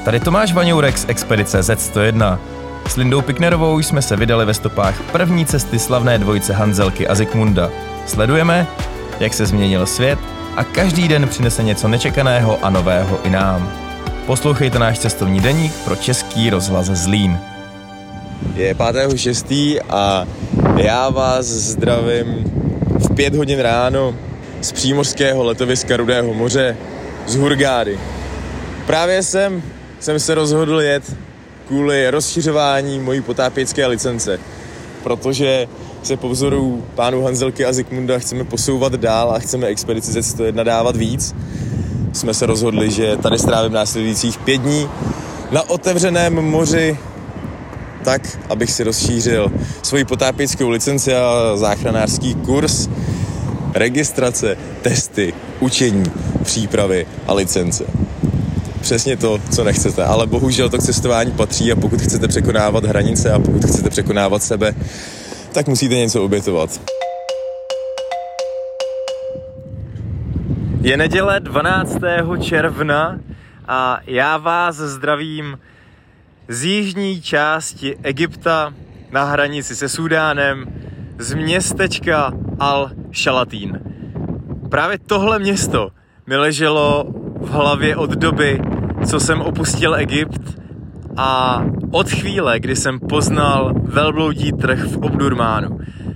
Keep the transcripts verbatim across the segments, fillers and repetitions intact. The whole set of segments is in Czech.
Tady Tomáš Vaňourek z Expedice zet sto jedna. S Lindou Piknerovou jsme se vydali ve stopách první cesty slavné dvojice Hanzelky a Zikmunda. Sledujeme, jak se změnil svět a každý den přinese něco nečekaného a nového i nám. Poslouchejte náš cestovní deník pro Český rozhlas Zlín. Je pátého šestého a já vás zdravím v pět hodin ráno z přímořského letoviska Rudého moře z Hurgády. Právě jsem, jsem se rozhodl jet kvůli rozšiřování mojí potápěcké licence, protože se po vzoru pánů Hanzelky a Zikmunda chceme posouvat dál a chceme Expedici zet sto jedna dávat víc. Jsme se rozhodli, že tady strávím následujících pět dní na otevřeném moři, tak, abych si rozšířil svoji potápěckou licenci a záchranářský kurz, registrace, testy, učení, přípravy a licence. Přesně to, co nechcete, ale bohužel to k cestování patří a pokud chcete překonávat hranice a pokud chcete překonávat sebe, tak musíte něco obětovat. Je neděle dvanáctého června a já vás zdravím z jižní části Egypta na hranici se Súdánem z městečka Al-Šalatín. Právě tohle město mi leželo v hlavě od doby, co jsem opustil Egypt a od chvíle, kdy jsem poznal velbloudí trh v Omdurmánu.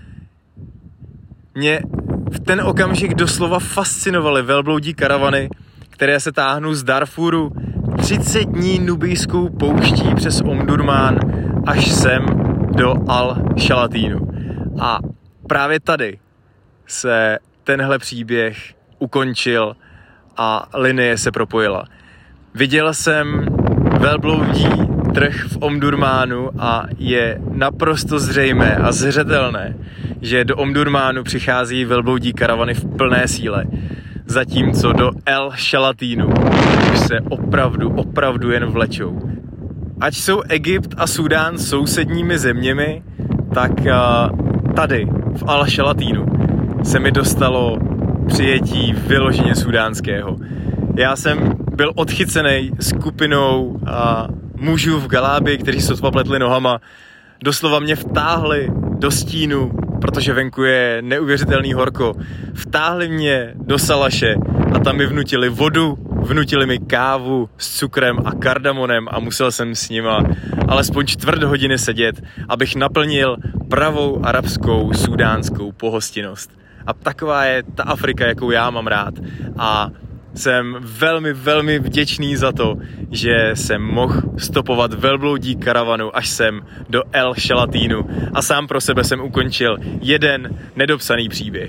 Mě v ten okamžik doslova fascinovaly velbloudí karavany, které se táhnou z Darfuru třicet dní nubijskou pouští přes Omdurmán až sem do Al-Šalatínu. A právě tady se tenhle příběh ukončil a linie se propojila. Viděl jsem velbloudí trh v Omdurmánu a je naprosto zřejmé a zřetelné, že do Omdurmánu přichází velbloudí karavany v plné síle, zatímco do El Šalatínu už se opravdu, opravdu jen vlečou. Ať jsou Egypt a Súdán sousedními zeměmi, tak tady v Al Šalatínu se mi dostalo přijetí vyloženě súdánského. Já jsem byl odchycený skupinou a, mužů v galábii, kteří sotva pletli nohama. Doslova mě vtáhli do stínu, protože venku je neuvěřitelný horko. Vtáhli mě do salaše a tam mi vnutili vodu, vnutili mi kávu s cukrem a kardamonem a musel jsem s nima alespoň čtvrt hodiny sedět, abych naplnil pravou arabskou súdánskou pohostinnost. A taková je ta Afrika, jakou já mám rád. A jsem velmi, velmi vděčný za to, že jsem mohl stopovat velbloudí karavanu až sem do El Šalatínu a sám pro sebe jsem ukončil jeden nedopsaný příběh.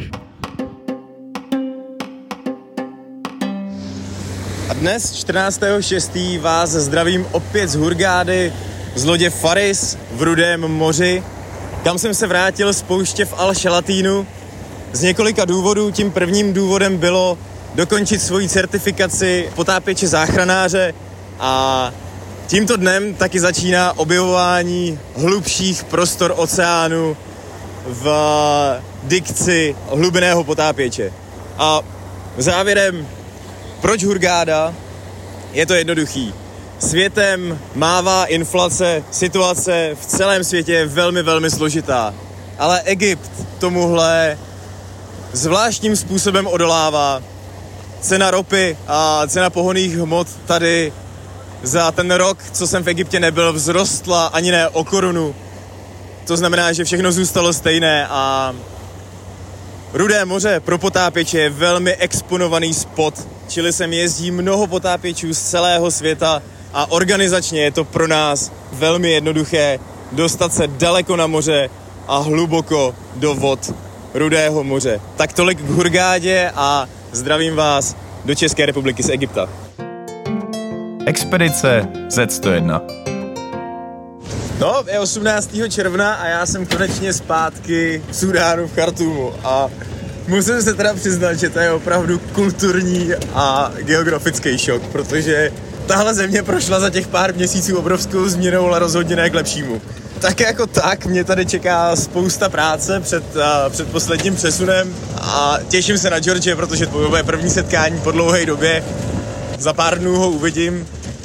A dnes, čtrnáctého šestého vás zdravím opět z Hurgády, z lodě Faris v Rudém moři, kam jsem se vrátil z pouště v Al Šalatínu z několika důvodů. Tím prvním důvodem bylo dokončit svoji certifikaci potápěče záchranáře a tímto dnem taky začíná objevování hlubších prostor oceánu v dikci hlubinného potápěče. A závěrem, proč Hurgáda? Je to jednoduchý. Světem mává inflace, situace v celém světě je velmi, velmi složitá. Ale Egypt tomuhle zvláštním způsobem odolává. Cena ropy a cena pohonných hmot tady za ten rok, co jsem v Egyptě nebyl, vzrostla ani ne o korunu. To znamená, že všechno zůstalo stejné a Rudé moře pro potápěče je velmi exponovaný spot, čili sem jezdí mnoho potápěčů z celého světa a organizačně je to pro nás velmi jednoduché dostat se daleko na moře a hluboko do vod Rudého moře. Tak tolik k Hurgádě a zdravím vás do České republiky z Egypta. Expedice zet sto jedna. No, je osmnáctého června a já jsem konečně zpátky v Súdánu v Chartúmu a musím se teda přiznat, že to je opravdu kulturní a geografický šok, protože tahle země prošla za těch pár měsíců obrovskou změnou, ale rozhodně ne k lepšímu. Tak jako tak, mě tady čeká spousta práce před, uh, před posledním přesunem a těším se na George, protože to bude první setkání po dlouhé době. Za pár dnů ho uvidím.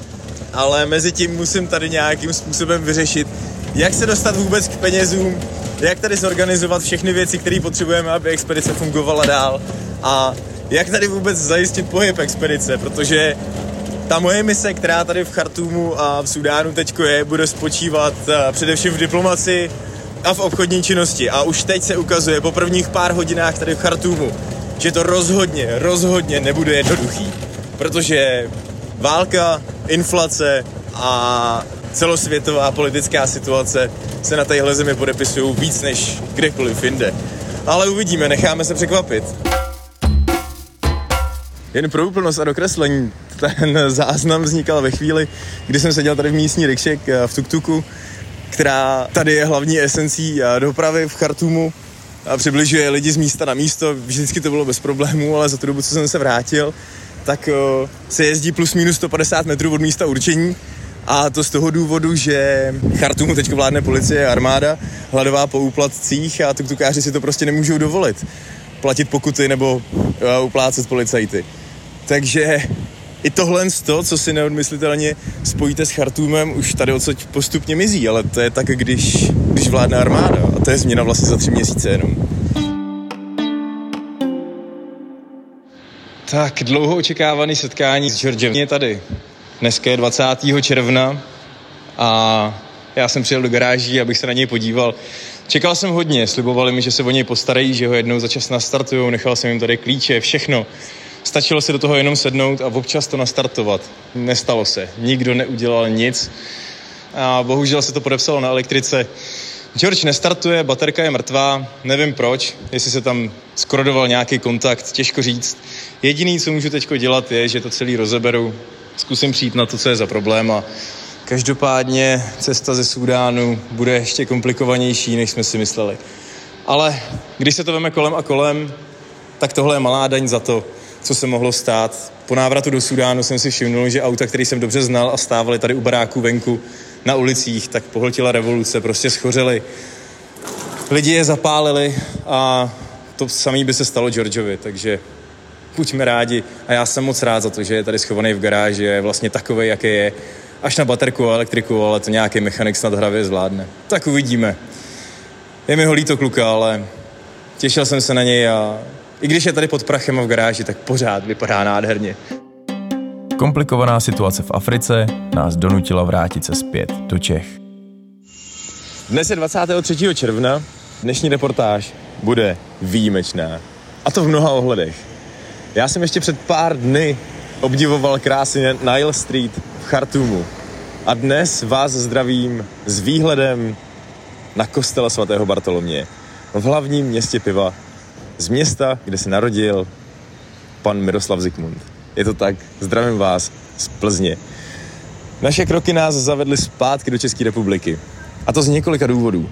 ale mezi tím musím tady nějakým způsobem vyřešit, jak se dostat vůbec k penězům, jak tady zorganizovat všechny věci, které potřebujeme, aby expedice fungovala dál a jak tady vůbec zajistit pohyb expedice, protože ta moje mise, která tady v Chartúmu a v Súdánu teďko je, bude spočívat především v diplomaci a v obchodní činnosti. A už teď se ukazuje po prvních pár hodinách tady v Chartúmu, že to rozhodně, rozhodně nebude jednoduchý. Protože válka, inflace a celosvětová politická situace se na téhle zemi podepisují víc než kdekoliv jinde. Ale uvidíme, necháme se překvapit. Jen pro úplnost a dokreslení, ten záznam vznikal ve chvíli, kdy jsem seděl tady v místní rikše v tuk-tuku, která tady je hlavní esencí dopravy v Chartúmu a přibližuje lidi z místa na místo. Vždycky to bylo bez problémů, ale za tu dobu, co jsem se vrátil, tak se jezdí plus minus sto padesát metrů od místa určení. A to z toho důvodu, že Chartúmu teď vládne policie a armáda, hladová po úplatcích a tuk-tukáři si to prostě nemůžou dovolit. Platit pokuty nebo uplácet policajty. Takže i tohle, co si neodmyslitelně spojíte s Chartúmem, už tady odsud postupně mizí, ale to je tak, když, když vládne armáda. A to je změna vlastně za tři měsíce jenom. Tak, dlouho očekávaný setkání s Georgem je tady. Dneska je dvacátého června a já jsem přijel do garáží, abych se na něj podíval. Čekal jsem hodně, slibovali mi, že se o něj postarají, že ho jednou za čas nastartujou, nechal jsem jim tady klíče, všechno. Stačilo se do toho jenom sednout a občas to nastartovat. Nestalo se, nikdo neudělal nic a bohužel se to podepsalo na elektrice. George nestartuje, baterka je mrtvá, nevím proč, jestli se tam skorodoval nějaký kontakt, těžko říct. Jediný, co můžu teďko dělat, je, že to celý rozeberu, zkusím přijít na to, co je za problém a každopádně cesta ze Súdánu bude ještě komplikovanější, než jsme si mysleli. Ale když se to veme kolem a kolem, tak tohle je malá daň za to, co se mohlo stát. Po návratu do Súdánu jsem si všimnul, že auta, který jsem dobře znal a stávali tady u baráků venku na ulicích, tak pohltila revoluce, prostě schořely. Lidi je zapálili a to samý by se stalo Georgeovi, takže buďme rádi. A já jsem moc rád za to, že je tady schovaný v garáži a je vlastně takovej, jaký je. Až na baterku a elektriku, ale to nějaký mechanik snad hravě zvládne. Tak uvidíme. Je mi ho líto kluka, ale těšil jsem se na něj a i když je tady pod prachem a v garáži, tak pořád vypadá nádherně. Komplikovaná situace v Africe nás donutila vrátit se zpět do Čech. Dnes je dvacátého třetího června. Dnešní reportáž bude výjimečná. A to v mnoha ohledech. Já jsem ještě před pár dny obdivoval krásy Nile Street v Chartúmu. A dnes vás zdravím s výhledem na kostel svatého Bartoloměje v hlavním městě piva, z města, kde se narodil pan Miroslav Zikmund. Je to tak, zdravím vás z Plzně. Naše kroky nás zavedly zpátky do České republiky. A to z několika důvodů.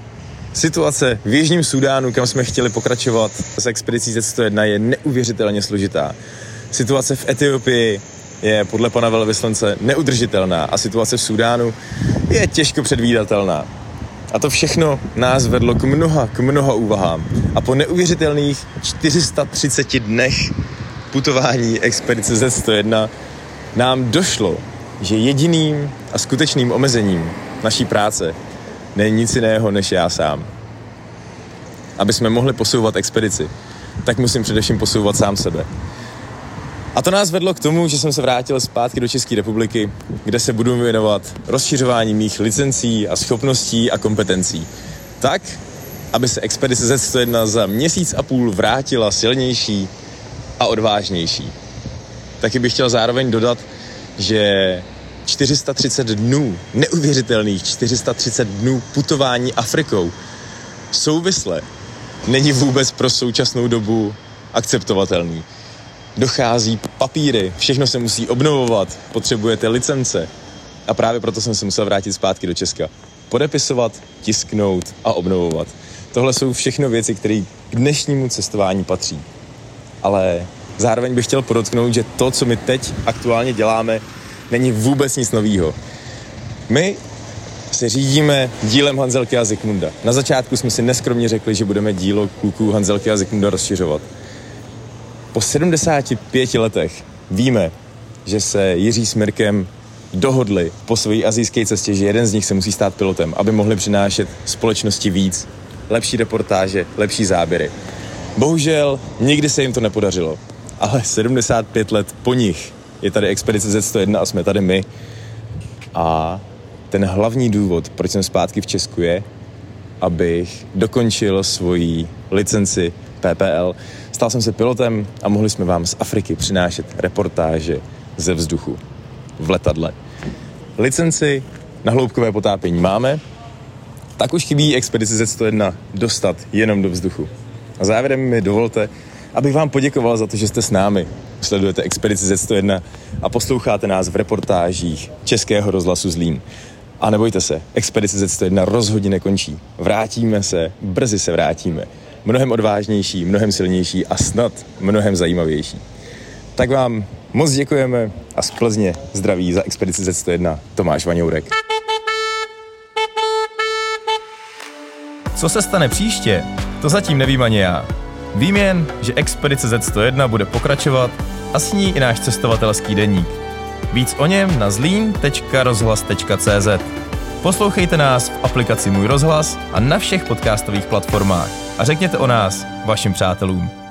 Situace v Jižním Súdánu, kam jsme chtěli pokračovat s expedicí Z sto jedna, je neuvěřitelně složitá. Situace v Etiopii je podle pana velvyslance neudržitelná a situace v Súdánu je těžko předvídatelná. A to všechno nás vedlo k mnoha, k mnoha úvahám. A po neuvěřitelných čtyři sta třiceti dnech putování expedice Z sto jedna nám došlo, že jediným a skutečným omezením naší práce není nic jiného než já sám. Aby jsme mohli posouvat expedici, tak musím především posouvat sám sebe. A to nás vedlo k tomu, že jsem se vrátil zpátky do České republiky, kde se budu věnovat rozšiřování mých licencí a schopností a kompetencí. Tak, aby se expedice Z sto jedna za měsíc a půl vrátila silnější a odvážnější. Taky bych chtěl zároveň dodat, že čtyři sta třicet dnů, neuvěřitelných čtyři sta třicet dnů putování Afrikou souvisle není vůbec pro současnou dobu akceptovatelný. Dochází papíry, všechno se musí obnovovat, potřebujete licence. A právě proto jsem se musel vrátit zpátky do Česka. Podepisovat, tisknout a obnovovat. Tohle jsou všechno věci, které k dnešnímu cestování patří. Ale zároveň bych chtěl podotknout, že to, co my teď aktuálně děláme, není vůbec nic novýho. My se řídíme dílem Hanzelky a Zikmunda. Na začátku jsme si neskromně řekli, že budeme dílo kluků Hanzelky a Zikmunda rozšiřovat. Po sedmdesáti pěti letech víme, že se Jiří s Mirkem dohodli po své asijské cestě, že jeden z nich se musí stát pilotem, aby mohli přinášet společnosti víc, lepší reportáže, lepší záběry. Bohužel nikdy se jim to nepodařilo, ale sedmdesát pět let po nich je tady Expedice zet sto jedna a jsme tady my. A ten hlavní důvod, proč jsem zpátky v Česku, je, abych dokončil svoji licenci P P L. Stal jsem se pilotem a mohli jsme vám z Afriky přinášet reportáže ze vzduchu v letadle. Licenci na hloubkové potápění máme, tak už chybí Expedici zet sto jedna dostat jenom do vzduchu. A závěrem mi dovolte, abych vám poděkoval za to, že jste s námi. Sledujete Expedici zet sto jedna a posloucháte nás v reportážích Českého rozhlasu Zlín. A nebojte se, Expedice zet sto jedna rozhodně nekončí. Vrátíme se, brzy se vrátíme. Mnohem odvážnější, mnohem silnější a snad mnohem zajímavější. Tak vám moc děkujeme a z Plzně zdraví za Expedici zet sto jedna Tomáš Vaňourek. Co se stane příště, to zatím nevím ani já. Vím jen, že Expedice zet sto jedna bude pokračovat a s ní i náš cestovatelský deník. Víc o něm na zlín tečka rozhlas tečka cé zet. Poslouchejte nás v aplikaci Můj rozhlas a na všech podcastových platformách a řekněte o nás vašim přátelům.